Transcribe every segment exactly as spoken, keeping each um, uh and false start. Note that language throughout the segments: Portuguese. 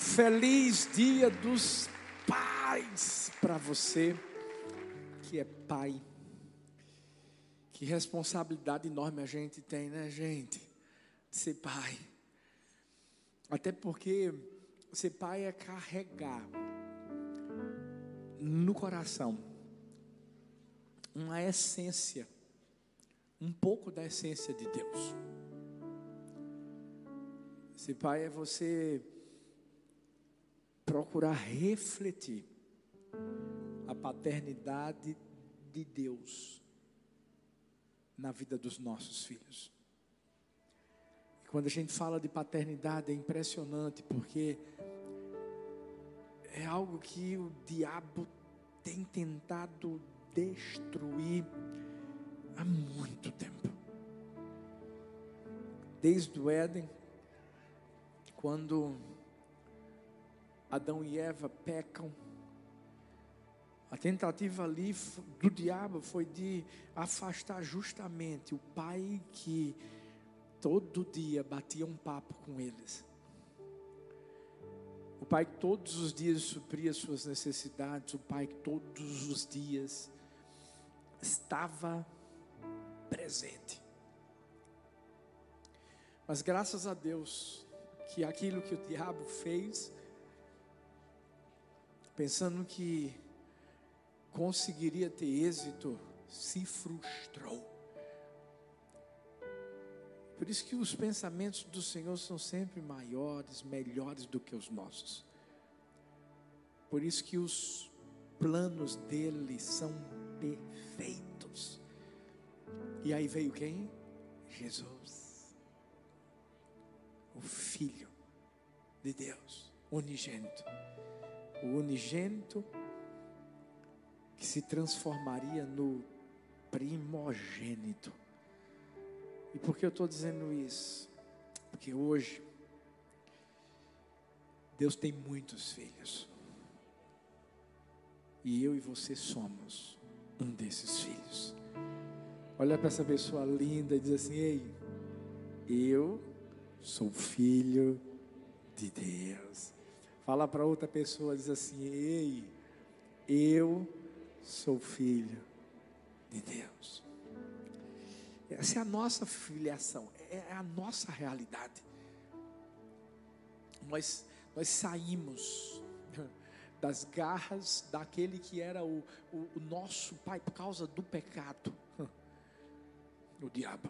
Feliz Dia dos Pais para você que é pai. Que responsabilidade enorme a gente tem, né, gente? De ser pai. Até porque ser pai é carregar no coração uma essência, um pouco da essência de Deus. Ser pai é você procurar refletir a paternidade de Deus na vida dos nossos filhos. E quando a gente fala de paternidade é impressionante, porque é algo que o diabo tem tentado destruir há muito tempo. Desde o Éden, quando Adão e Eva pecam, a tentativa ali do diabo foi de afastar justamente o pai que todo dia batia um papo com eles. O pai que todos os dias supria suas necessidades, o pai que todos os dias estava presente. Mas graças a Deus que aquilo que o diabo fez, pensando que conseguiria ter êxito, se frustrou. Por isso que os pensamentos do Senhor são sempre maiores, melhores do que os nossos. Por isso que os planos dele são perfeitos. E aí veio quem? Jesus, o Filho de Deus, unigênito. O unigênito que se transformaria no primogênito. E por que eu estou dizendo isso? Porque hoje Deus tem muitos filhos. E eu e você somos um desses filhos. Olha para essa pessoa linda e diz assim: ei, eu sou filho de Deus. Fala para outra pessoa, diz assim: ei, eu sou filho de Deus. Essa é a nossa filiação, é a nossa realidade. Nós, nós saímos das garras daquele que era o, o, o nosso pai por causa do pecado, o diabo.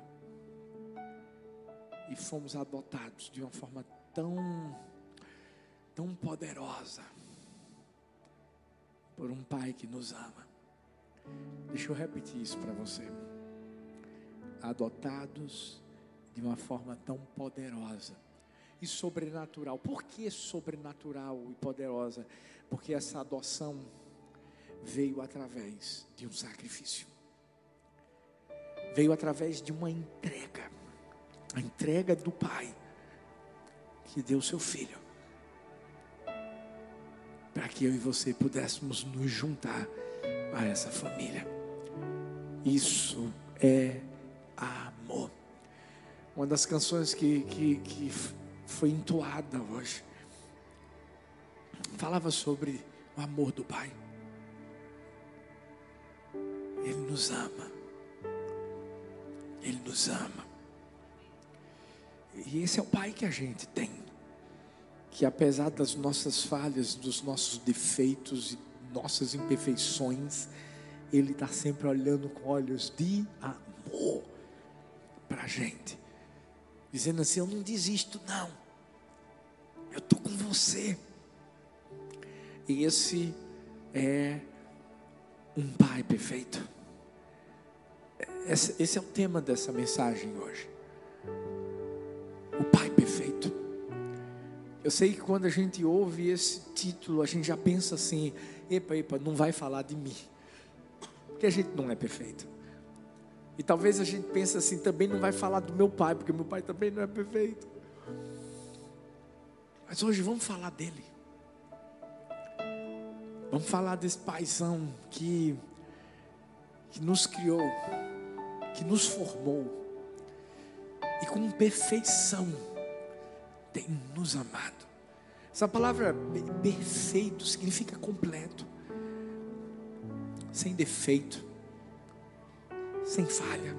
E fomos adotados de uma forma tão, tão poderosa por um pai que nos ama. Deixa eu repetir isso para você. Adotados de uma forma tão poderosa e sobrenatural. Por que sobrenatural e poderosa? Porque essa adoção veio através de um sacrifício. Veio através de uma entrega. A entrega do Pai que deu seu Filho, para que eu e você pudéssemos nos juntar a essa família. Isso é amor. Uma das canções que, que, que foi entoada hoje falava sobre o amor do Pai. Ele nos ama. Ele nos ama. E esse é o Pai que a gente tem, que apesar das nossas falhas, dos nossos defeitos e nossas imperfeições, Ele está sempre olhando com olhos de amor para a gente, dizendo assim: eu não desisto não, eu estou com você. E esse é um Pai perfeito. Esse, esse é o tema dessa mensagem hoje, o Pai perfeito. Eu sei que quando a gente ouve esse título, a gente já pensa assim: epa, epa, não vai falar de mim, porque a gente não é perfeito. E talvez a gente pense assim: também não vai falar do meu pai, porque meu pai também não é perfeito. Mas hoje vamos falar dele. Vamos falar desse paizão que, que nos criou, que nos formou e com perfeição tem nos amado. Essa palavra perfeito significa completo, sem defeito, sem falha.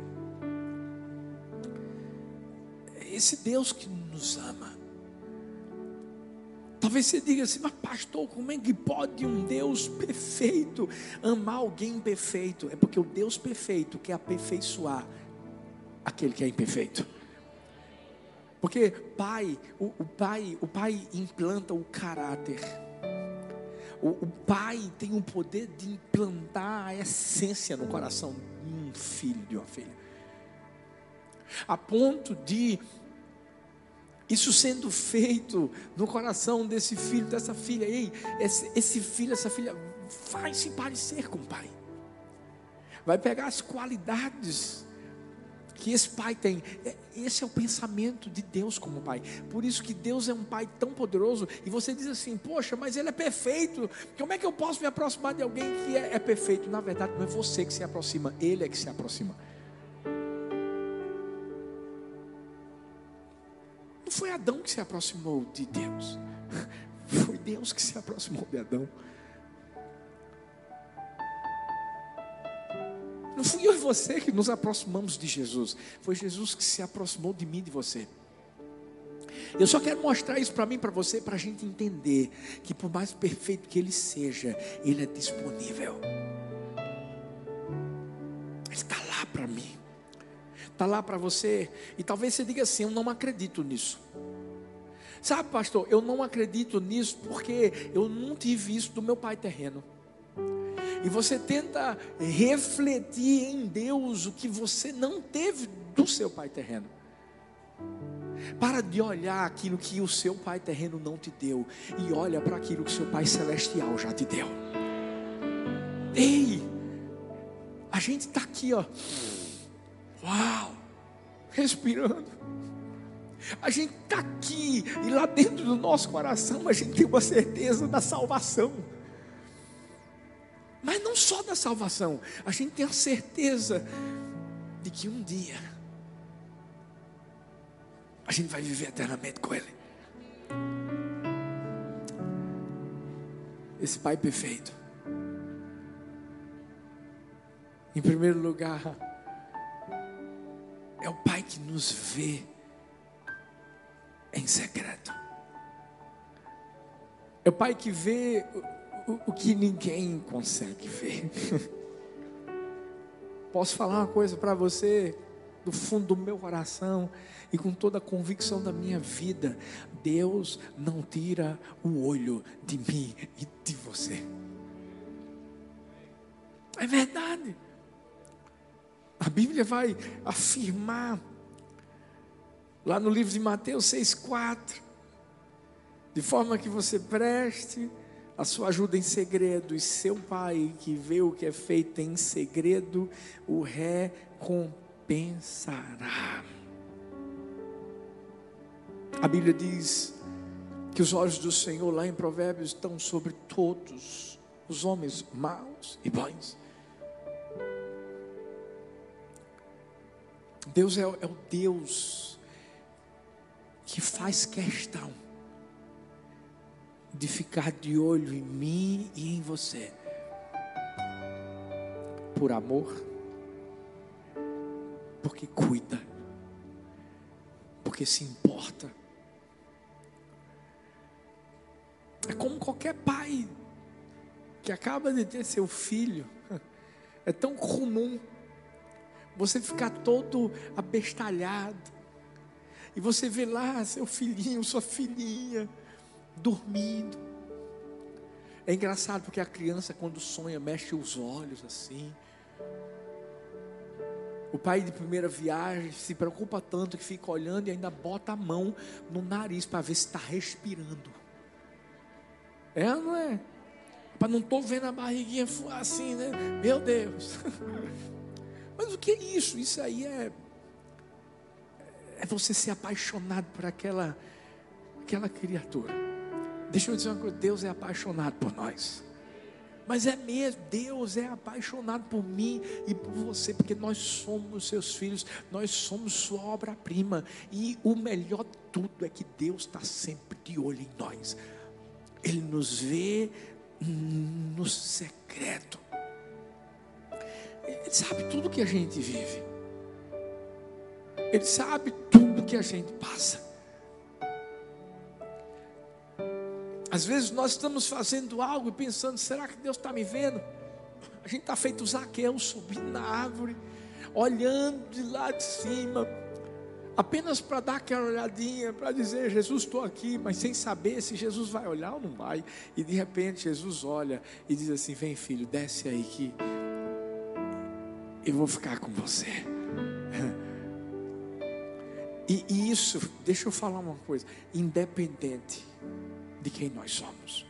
Esse Deus que nos ama. Talvez você diga assim: mas pastor, como é que pode um Deus perfeito amar alguém imperfeito? É porque o Deus perfeito quer aperfeiçoar aquele que é imperfeito. Porque pai, o, o pai, o pai implanta o caráter. O, o pai tem o poder de implantar a essência no coração de um filho, de uma filha, a ponto de isso sendo feito no coração desse filho, dessa filha. Ei, esse, esse filho, essa filha vai se parecer com o pai, vai pegar as qualidades que esse pai tem. Esse é o pensamento de Deus como pai. Por isso que Deus é um pai tão poderoso. E você diz assim: poxa, mas ele é perfeito, como é que eu posso me aproximar de alguém que é, é perfeito? Na verdade não é você que se aproxima, ele é que se aproxima. Não foi Adão que se aproximou de Deus, foi Deus que se aproximou de Adão. Não fui eu e você que nos aproximamos de Jesus, foi Jesus que se aproximou de mim e de você. Eu só quero mostrar isso para mim e para você, para a gente entender que por mais perfeito que Ele seja, Ele é disponível. Ele está lá para mim, está lá para você. E talvez você diga assim: eu não acredito nisso. Sabe, pastor, eu não acredito nisso porque eu não tive isso do meu pai terreno. E você tenta refletir em Deus o que você não teve do seu pai terreno. Para de olhar aquilo que o seu pai terreno não te deu e olha para aquilo que o seu pai celestial já te deu. Ei, a gente está aqui, ó, uau, respirando. A gente está aqui e lá dentro do nosso coração a gente tem uma certeza da salvação. Mas não só da salvação, a gente tem a certeza de que um dia a gente vai viver eternamente com Ele. Esse Pai perfeito, em primeiro lugar, é o Pai que nos vê em secreto. É o Pai que vê o, o que ninguém consegue ver. Posso falar uma coisa para você do fundo do meu coração e com toda a convicção da minha vida: Deus não tira o olho de mim e de você. É verdade. A Bíblia vai afirmar lá no livro de Mateus seis, quatro, de forma que você preste a sua ajuda em segredo, e seu Pai que vê o que é feito em segredo o recompensará. A Bíblia diz que os olhos do Senhor, lá em Provérbios, estão sobre todos os homens maus e bons. Deus é, é o Deus que faz questão de ficar de olho em mim e em você, por amor, porque cuida, porque se importa. É como qualquer pai que acaba de ter seu filho. É tão comum você ficar todo abestalhado e você vê lá seu filhinho, sua filhinha dormindo. É engraçado porque a criança, quando sonha, mexe os olhos assim. O pai de primeira viagem se preocupa tanto que fica olhando e ainda bota a mão no nariz para ver se está respirando. É ou não é? Para não estou vendo a barriguinha assim, né? Meu Deus. Mas o que é isso? Isso aí é É você ser apaixonado por aquela Aquela criatura. Deixa eu dizer uma coisa: Deus é apaixonado por nós. Mas é mesmo, Deus é apaixonado por mim e por você, porque nós somos seus filhos, nós somos sua obra-prima. E o melhor de tudo é que Deus está sempre de olho em nós. Ele nos vê no secreto. Ele sabe tudo que a gente vive. Ele sabe tudo que a gente passa. Às vezes nós estamos fazendo algo e pensando, será que Deus está me vendo? A gente está feito Zaqueu, subindo na árvore, olhando de lá de cima, apenas para dar aquela olhadinha, para dizer, Jesus, estou aqui, mas sem saber se Jesus vai olhar ou não vai. E de repente Jesus olha e diz assim, vem filho, desce aí que eu vou ficar com você. E, e isso, deixa eu falar uma coisa, independente de quem nós somos.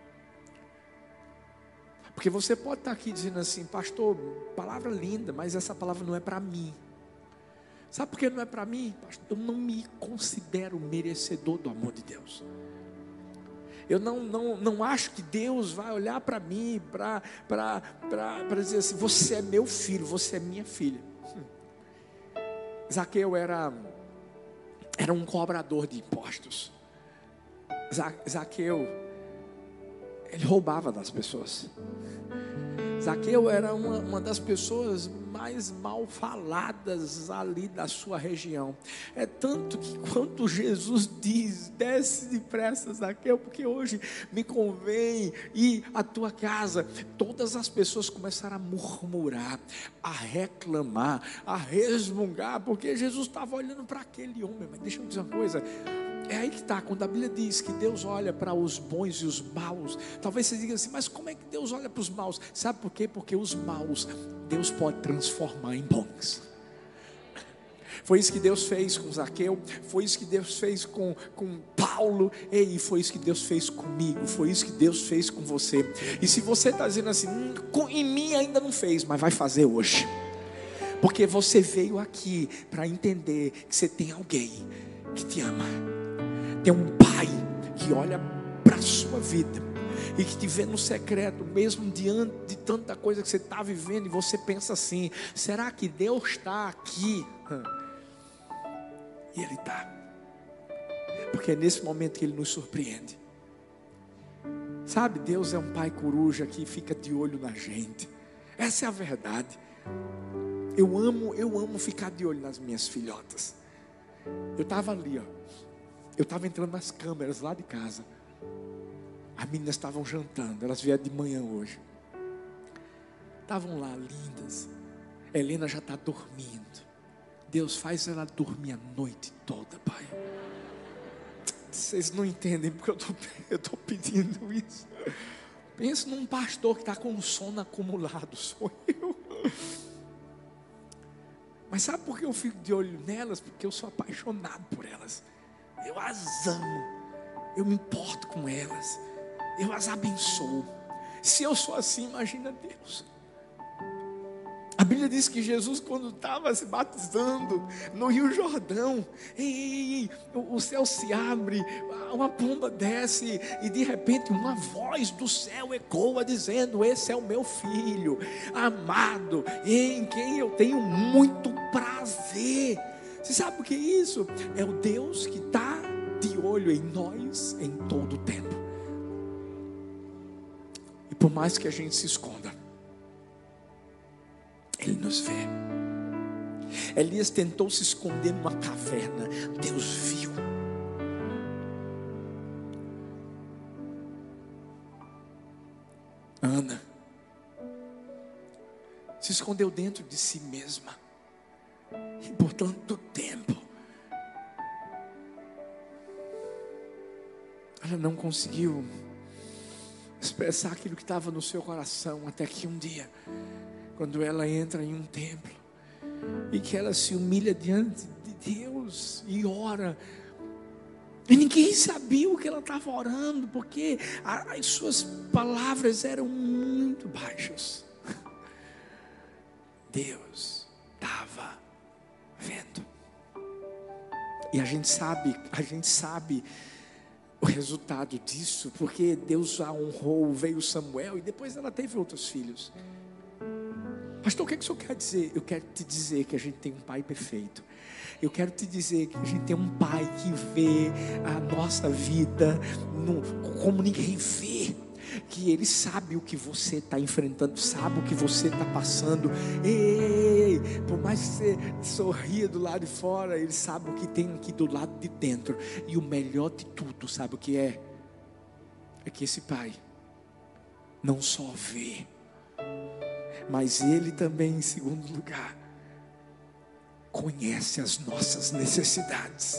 Porque você pode estar aqui dizendo assim, pastor, palavra linda, mas essa palavra não é para mim. Sabe por que não é para mim? Pastor, eu não me considero merecedor do amor de Deus. Eu não, não, não acho que Deus vai olhar para mim para dizer assim, você é meu filho, você é minha filha. Hum. Zaqueu era, era um cobrador de impostos. Zaqueu, ele roubava das pessoas. Zaqueu era uma, uma das pessoas mais mal faladas ali da sua região. É tanto que quando Jesus diz, desce depressa, Zaqueu, porque hoje me convém ir à tua casa, todas as pessoas começaram a murmurar, a reclamar, a resmungar, porque Jesus estava olhando para aquele homem. Mas deixa eu dizer uma coisa, é aí que está, quando a Bíblia diz que Deus olha para os bons e os maus, talvez você diga assim, mas como é que Deus olha para os maus? Sabe por quê? Porque os maus, Deus pode transformar em bons. Foi isso que Deus fez com Zaqueu, foi isso que Deus fez com, com Paulo, e foi isso que Deus fez comigo, foi isso que Deus fez com você. E se você está dizendo assim, hum, em mim ainda não fez, mas vai fazer hoje, porque você veio aqui para entender que você tem alguém que te ama. Tem um pai que olha para a sua vida e que te vê no secreto, mesmo diante de tanta coisa que você está vivendo, e você pensa assim, será que Deus está aqui? E Ele está, porque é nesse momento que Ele nos surpreende. Sabe, Deus é um pai coruja que fica de olho na gente. Essa é a verdade. Eu amo, eu amo ficar de olho nas minhas filhotas. Eu estava ali, ó. Eu estava entrando nas câmeras lá de casa. As meninas estavam jantando. Elas vieram de manhã hoje. Estavam lá lindas. Helena já está dormindo. Deus faz ela dormir a noite toda, Pai. Vocês não entendem porque eu tô, eu tô pedindo isso. Pensa num pastor que está com sono acumulado. Sou eu. Mas sabe por que eu fico de olho nelas? Porque eu sou apaixonado por elas. Eu as amo, eu me importo com elas, eu as abençoo. Se eu sou assim, imagina Deus. A Bíblia diz que Jesus, quando estava se batizando no Rio Jordão, ei, ei, ei, o céu se abre, uma pomba desce, e de repente uma voz do céu ecoa dizendo, esse é o meu filho amado, em quem eu tenho muito prazer. Você sabe o que é isso? É o Deus que está de olho em nós em todo o tempo. E por mais que a gente se esconda, Ele nos vê. Elias tentou se esconder numa caverna, Deus viu. Ana se escondeu dentro de si mesma. E por tanto tempo ela não conseguiu expressar aquilo que estava no seu coração, até que um dia, quando ela entra em um templo e que ela se humilha diante de Deus e ora, e ninguém sabia o que ela estava orando, porque as suas palavras eram muito baixas. Deus estava vendo. E a gente sabe, a gente sabe o resultado disso, porque Deus a honrou, veio Samuel, e depois ela teve outros filhos. Pastor, o que, é que o senhor quer dizer? Eu quero te dizer que a gente tem um pai perfeito. Eu quero te dizer que a gente tem um pai que vê a nossa vida no, como ninguém vê. Que Ele sabe o que você está enfrentando, sabe o que você está passando. Ei, por mais que você sorria do lado de fora, Ele sabe o que tem aqui do lado de dentro. E o melhor de tudo, sabe o que é? É que esse pai não só vê, mas Ele também, em segundo lugar, conhece as nossas necessidades.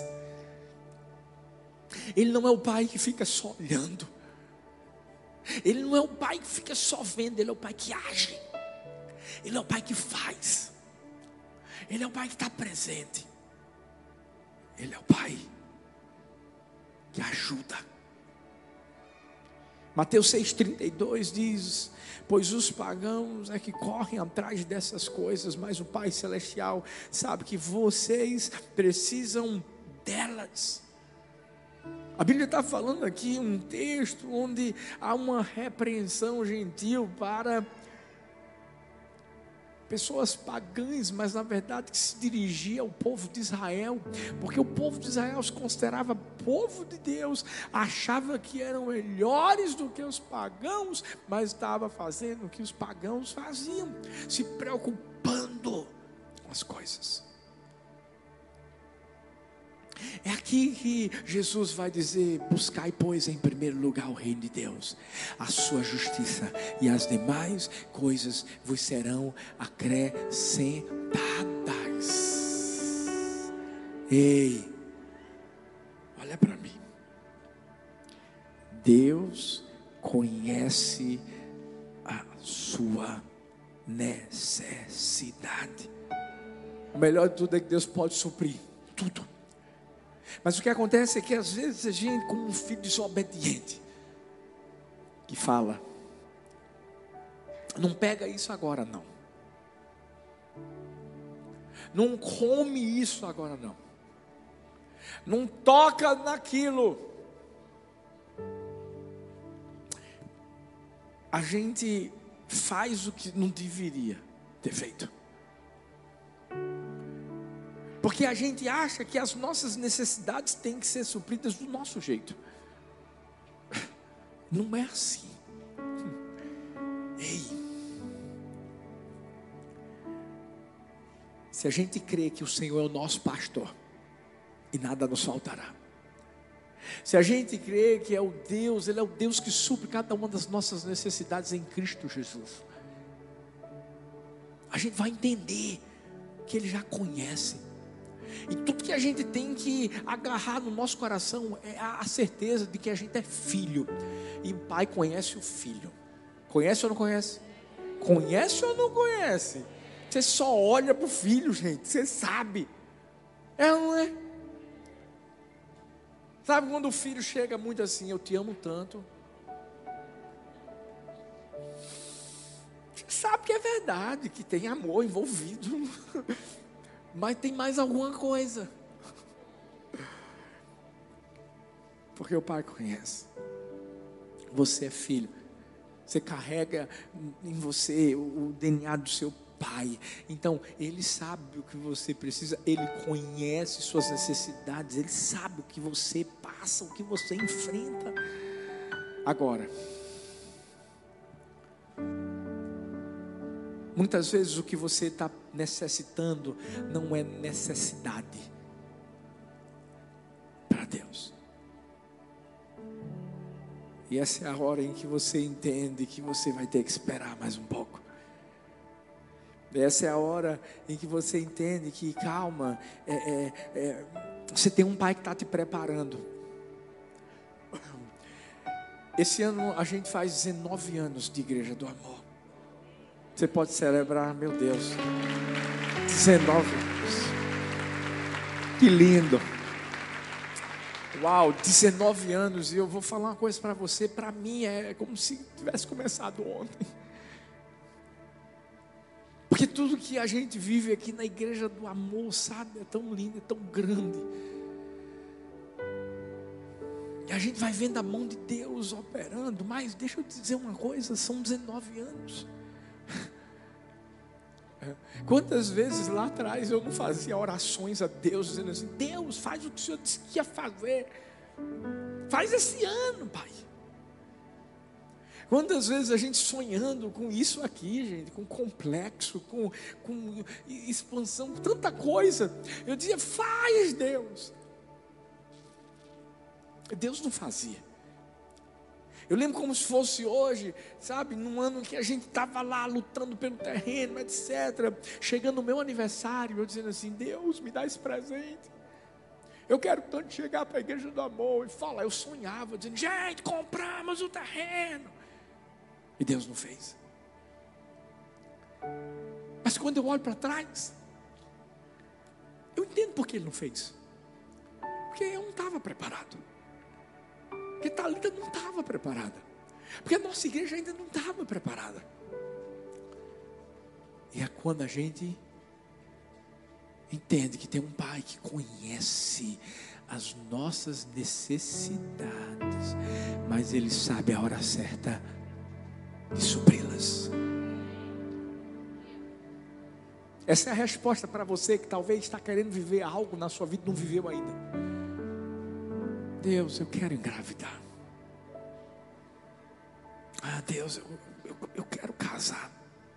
Ele não é o pai que fica só olhando. Ele não é o pai que fica só vendo. Ele é o pai que age. Ele é o pai que faz. Ele é o pai que está presente. Ele é o pai que ajuda. Mateus seis, trinta e dois diz: pois os pagãos é que correm atrás dessas coisas, mas o Pai Celestial sabe que vocês precisam delas. A Bíblia está falando aqui um texto onde há uma repreensão gentil para pessoas pagãs, mas na verdade que se dirigia ao povo de Israel, porque o povo de Israel se considerava povo de Deus, achava que eram melhores do que os pagãos, mas estava fazendo o que os pagãos faziam, se preocupando com as coisas. É aqui que Jesus vai dizer: buscai, pois, em primeiro lugar o reino de Deus, a sua justiça, e as demais coisas vos serão acrescentadas. Ei, olha para mim. Deus conhece a sua necessidade. O melhor de tudo é que Deus pode suprir tudo. Mas o que acontece é que às vezes a gente, como um filho desobediente, que fala: não pega isso agora não, não come isso agora não, não toca naquilo. A gente faz o que não deveria ter feito, porque a gente acha que as nossas necessidades têm que ser supridas do nosso jeito. Não é assim. Ei, se a gente crê que o Senhor é o nosso pastor e nada nos faltará, se a gente crê que é o Deus, Ele é o Deus que supre cada uma das nossas necessidades em Cristo Jesus, a gente vai entender que Ele já conhece. E tudo que a gente tem que agarrar no nosso coração é a certeza de que a gente é filho. E o pai conhece o filho. Conhece ou não conhece? Conhece ou não conhece? Você só olha para o filho, gente. Você sabe. É ou não é? Sabe quando o filho chega muito assim: eu te amo tanto. Você sabe que é verdade, que tem amor envolvido. Mas tem mais alguma coisa. Porque o pai conhece. Você é filho. Você carrega em você o D N A do seu pai. Então, Ele sabe o que você precisa. Ele conhece suas necessidades. Ele sabe o que você passa, o que você enfrenta. Agora, muitas vezes o que você está necessitando não é necessidade para Deus. E essa é a hora em que você entende que você vai ter que esperar mais um pouco. Essa é a hora em que você entende que, calma, é, é, é, você tem um pai que está te preparando. Esse ano a gente faz dezenove anos de Igreja do Amor. Você pode celebrar, meu Deus, dezenove anos. Que lindo. Uau, dezenove anos. E eu vou falar uma coisa para você. Para mim é como se tivesse começado ontem. Porque tudo que a gente vive aqui na Igreja do Amor, sabe, é tão lindo, é tão grande. E a gente vai vendo a mão de Deus operando. Mas deixa eu te dizer uma coisa, são dezenove anos. Quantas vezes lá atrás eu não fazia orações a Deus, dizendo assim: Deus, faz o que o Senhor disse que ia fazer, faz esse ano, Pai. Quantas vezes a gente sonhando com isso aqui, gente, com complexo, com, com expansão, com tanta coisa, eu dizia: faz, Deus. Deus não fazia. Eu lembro como se fosse hoje, sabe, num ano que a gente estava lá lutando pelo terreno, etcétera. Chegando o meu aniversário, eu dizendo assim: Deus, me dá esse presente. Eu quero tanto chegar para a igreja do amor e falar. Eu sonhava, dizendo: gente, compramos o terreno. E Deus não fez. Mas quando eu olho para trás, eu entendo por que Ele não fez. Porque eu não estava preparado. Porque Thalita não estava preparada. Porque a nossa igreja ainda não estava preparada. E é quando a gente entende que tem um Pai que conhece as nossas necessidades, mas Ele sabe a hora certa de supri-las. Essa é a resposta para você que talvez está querendo viver algo na sua vida e não viveu ainda. Deus, eu quero engravidar. Ah, Deus, eu, eu, eu quero casar.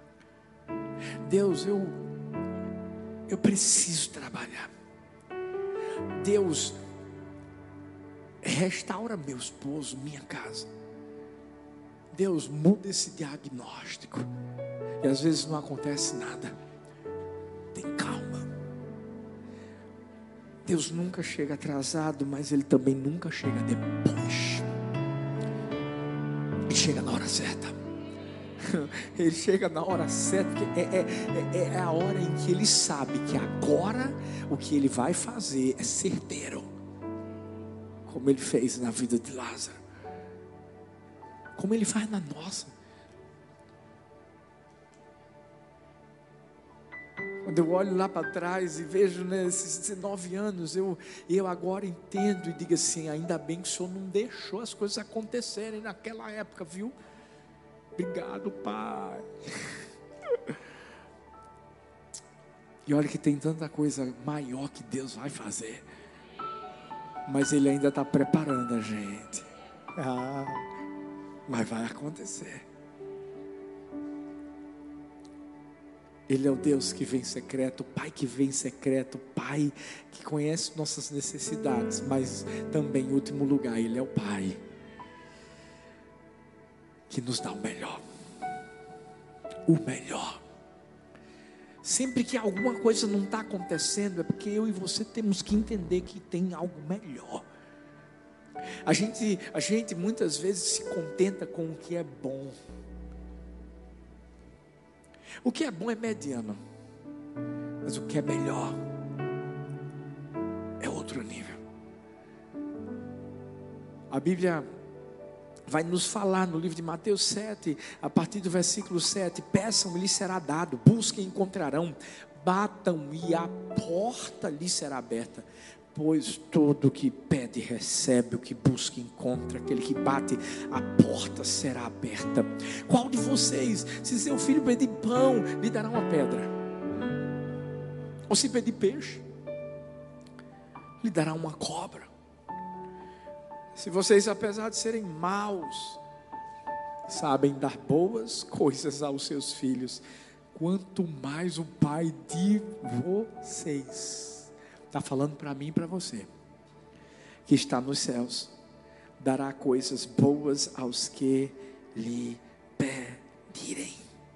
Deus, eu, eu preciso trabalhar. Deus, restaura meu esposo, minha casa. Deus, muda esse diagnóstico. E às vezes não acontece nada. Tem calma. Deus nunca chega atrasado, mas Ele também nunca chega depois. Ele chega na hora certa. Ele chega na hora certa, porque é, é, é, é a hora em que Ele sabe que agora o que Ele vai fazer é certeiro. Como Ele fez na vida de Lázaro. Como Ele faz na nossa. Quando eu olho lá para trás e vejo nesses dezenove anos, eu, eu agora entendo e digo assim: ainda bem que o Senhor não deixou as coisas acontecerem naquela época, viu? Obrigado, Pai. E olha que tem tanta coisa maior que Deus vai fazer, mas Ele ainda está preparando a gente. Ah, mas vai acontecer. Ele é o Deus que vem em secreto, o Pai que vem em secreto, o Pai que conhece nossas necessidades, mas também, em último lugar, Ele é o Pai que nos dá o melhor. O melhor. Sempre que alguma coisa não está acontecendo, é porque eu e você temos que entender que tem algo melhor. A gente, a gente muitas vezes se contenta com o que é bom. O que é bom é mediano, mas o que é melhor é outro nível. A Bíblia vai nos falar no livro de Mateus sete, a partir do versículo sete: peçam e lhes será dado, busquem e encontrarão, batam e a porta lhes será aberta. Pois todo o que pede recebe, o que busca encontra, aquele que bate, a porta será aberta. Qual de vocês, se seu filho pedir pão, lhe dará uma pedra? Ou se pedir peixe, lhe dará uma cobra? Se vocês, apesar de serem maus, sabem dar boas coisas aos seus filhos, quanto mais o Pai de vocês, está falando para mim e para você, que está nos céus, dará coisas boas aos que lhe pedirem.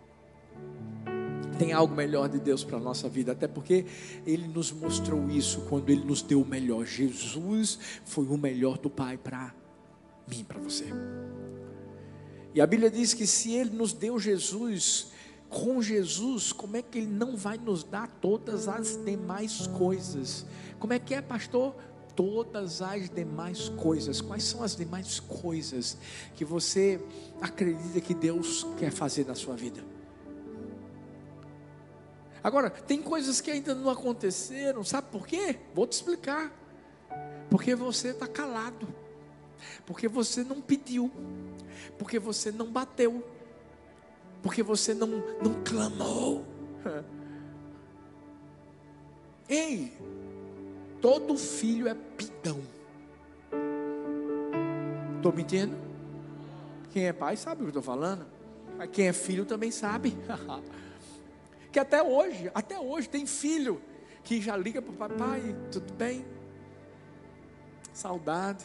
Tem algo melhor de Deus para a nossa vida, até porque Ele nos mostrou isso quando Ele nos deu o melhor. Jesus foi o melhor do Pai para mim e para você. E a Bíblia diz que se Ele nos deu Jesus, com Jesus, como é que Ele não vai nos dar todas as demais coisas? Como é que é, pastor? Todas as demais coisas. Quais são as demais coisas que você acredita que Deus quer fazer na sua vida? Agora, tem coisas que ainda não aconteceram, sabe por quê? Vou te explicar. Porque você está calado, porque você não pediu, porque você não bateu, porque você não, não clamou. Ei, todo filho é pidão. Estou mentindo? Quem é pai sabe o que eu estou falando. Mas quem é filho também sabe. Que até hoje, até hoje tem filho que já liga para o papai, tudo bem? Saudade.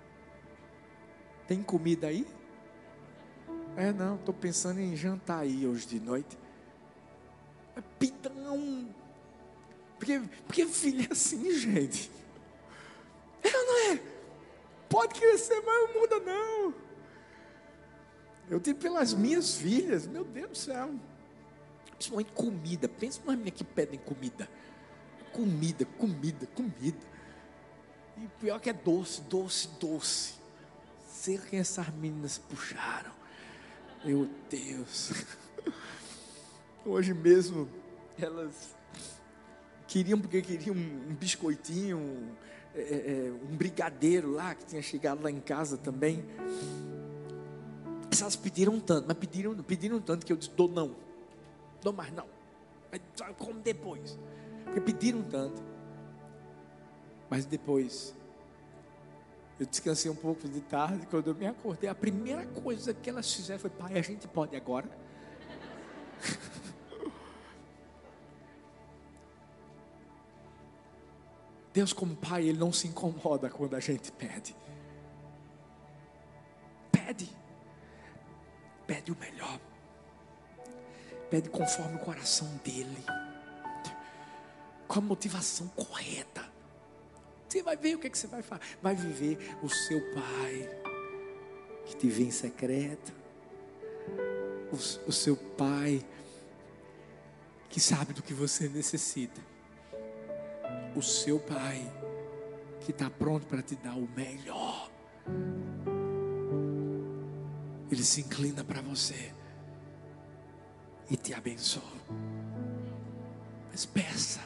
Tem comida aí? É, não, estou pensando em jantar aí hoje de noite. É pidão. Porque, porque filho é assim, gente. É ou não é? Pode crescer, mas não muda não. Eu digo pelas minhas filhas, meu Deus do céu. Principalmente comida. Pensa nas meninas que pedem comida. Comida, comida, comida. E pior que é doce, doce, doce. Sei quem essas meninas puxaram. Meu Deus. Hoje mesmo elas queriam, porque queriam um biscoitinho, um, é, é, um brigadeiro lá, que tinha chegado lá em casa também. Elas pediram tanto, mas pediram, pediram tanto que eu disse, dou não. Dou mais não. Só como depois. Porque pediram tanto. Mas depois, eu descansei um pouco de tarde, quando eu me acordei, a primeira coisa que elas fizeram foi, pai, a gente pode agora? Deus como pai, Ele não se incomoda quando a gente pede. Pede. Pede o melhor. Pede conforme o coração dEle. Com a motivação correta. Você vai ver o que, é que você vai fazer. Vai viver o seu pai, que te vê em secreto. O, o seu pai, que sabe do que você necessita. O seu pai, que está pronto para te dar o melhor. Ele se inclina para você e te abençoa. Mas peça.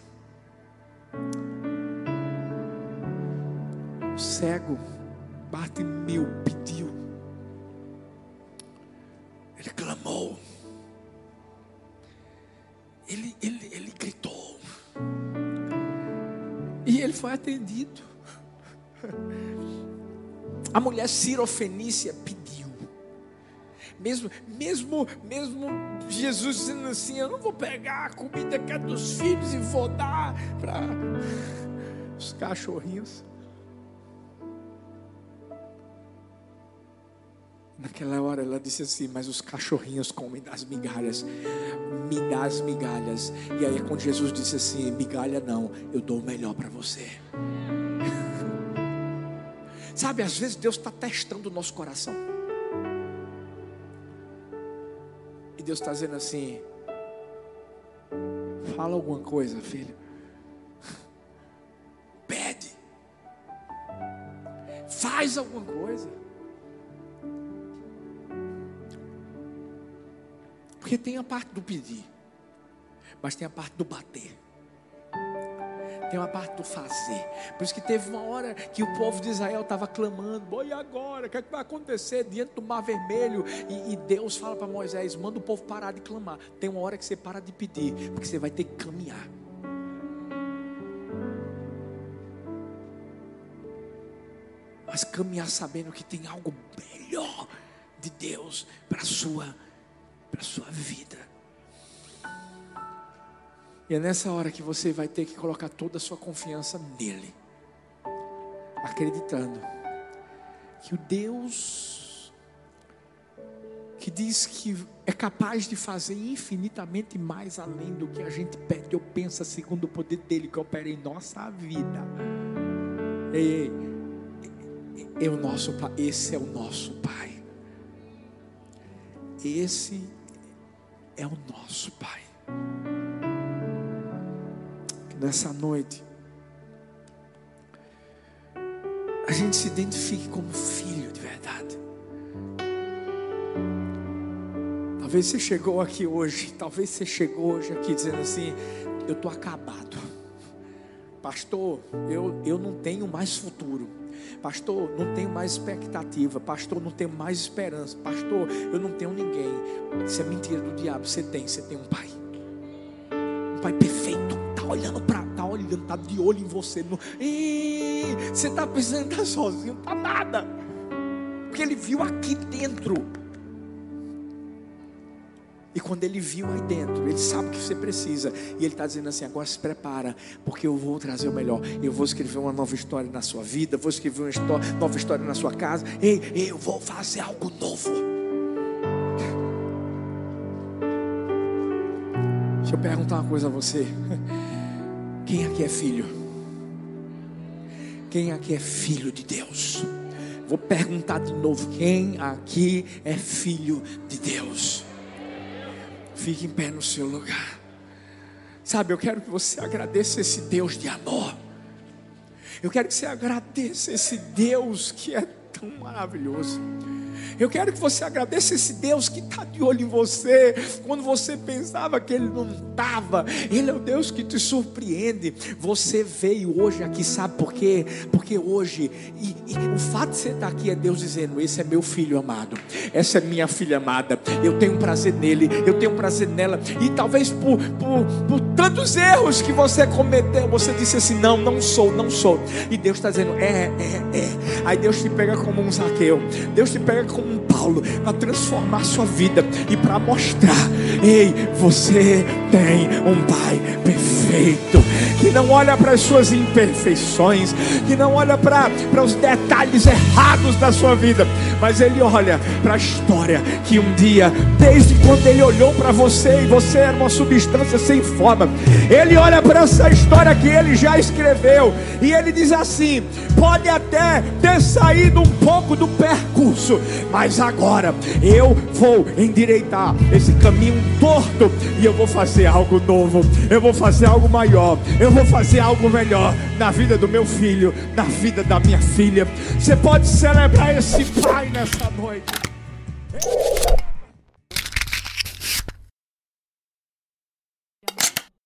O cego Bartimeu pediu. Ele clamou. Ele, ele, ele gritou. E ele foi atendido. A mulher Sirofenícia pediu. Mesmo, mesmo, mesmo Jesus dizendo assim, eu não vou pegar a comida que é dos filhos e vou dar para os cachorrinhos. Naquela hora ela disse assim, mas os cachorrinhos comem das migalhas. Me dá as migalhas. E aí quando Jesus disse assim, migalha não, eu dou o melhor para você. Sabe, às vezes Deus está testando o nosso coração. E Deus está dizendo assim, fala alguma coisa, filho. Pede. Faz alguma coisa. Porque tem a parte do pedir, mas tem a parte do bater. Tem uma parte do fazer. Por isso que teve uma hora que o povo de Israel estava clamando, e agora? O que, é que vai acontecer diante do mar vermelho? E, e Deus fala para Moisés, manda o povo parar de clamar. Tem uma hora que você para de pedir, porque você vai ter que caminhar. Mas caminhar sabendo que tem algo melhor de Deus para a sua, para a sua vida. E é nessa hora que você vai ter que colocar toda a sua confiança nele. Acreditando que o Deus que diz que é capaz de fazer infinitamente mais além do que a gente pede ou pensa, segundo o poder dele que opera em nossa vida. Ei, ei, é o nosso Pai. Esse é o nosso Pai. Esse é o nosso Pai. Nessa noite a gente se identifique como filho de verdade. Talvez você chegou aqui hoje, talvez você chegou hoje aqui dizendo assim, eu estou acabado. Pastor, eu, eu não tenho mais futuro. Pastor, não tenho mais expectativa. Pastor, não tenho mais esperança. Pastor, eu não tenho ninguém. Isso é mentira do diabo. Você tem, você tem um pai. Um pai perfeito. Tá está olhando para, está olhando, está de olho em você. No, e você está pensando que está sozinho, não está nada. Porque Ele viu aqui dentro. E quando Ele viu aí dentro, Ele sabe o que você precisa. E Ele está dizendo assim: agora se prepara, porque eu vou trazer o melhor. Eu vou escrever uma nova história na sua vida. Vou escrever uma história, nova história na sua casa. Ei, ei, eu vou fazer algo novo. Deixa eu perguntar uma coisa a você. Quem aqui é filho? Quem aqui é filho de Deus? Vou perguntar de novo. Quem aqui é filho de Deus? Fique em pé no seu lugar. Sabe, eu quero que você agradeça esse Deus de amor. Eu quero que você agradeça esse Deus que é tão maravilhoso. Eu quero que você agradeça esse Deus que está de olho em você. Quando você pensava que Ele não estava, Ele é o Deus que te surpreende. Você veio hoje aqui, sabe por quê? Porque hoje, e, e o fato de você estar aqui é Deus dizendo: esse é meu filho amado, essa é minha filha amada. Eu tenho prazer nele, eu tenho prazer nela. E talvez por, por, por tantos erros que você cometeu, você disse assim: não, não sou, não sou. E Deus está dizendo: é, é, é. Aí Deus te pega como um Zaqueu, Deus te pega como um Paulo, para transformar a sua vida e para mostrar: ei, você tem um Pai perfeito, que não olha para as suas imperfeições, que não olha para, para os detalhes errados da sua vida, mas Ele olha para a história que um dia, desde quando Ele olhou para você e você era uma substância sem forma, Ele olha para essa história que Ele já escreveu e Ele diz assim: pode até ter saído um pouco do percurso, mas agora eu vou endireitar esse caminho torto e eu vou fazer algo novo, eu vou fazer algo maior, eu vou fazer algo melhor na vida do meu filho, na vida da minha filha. Você pode celebrar esse Pai nessa noite.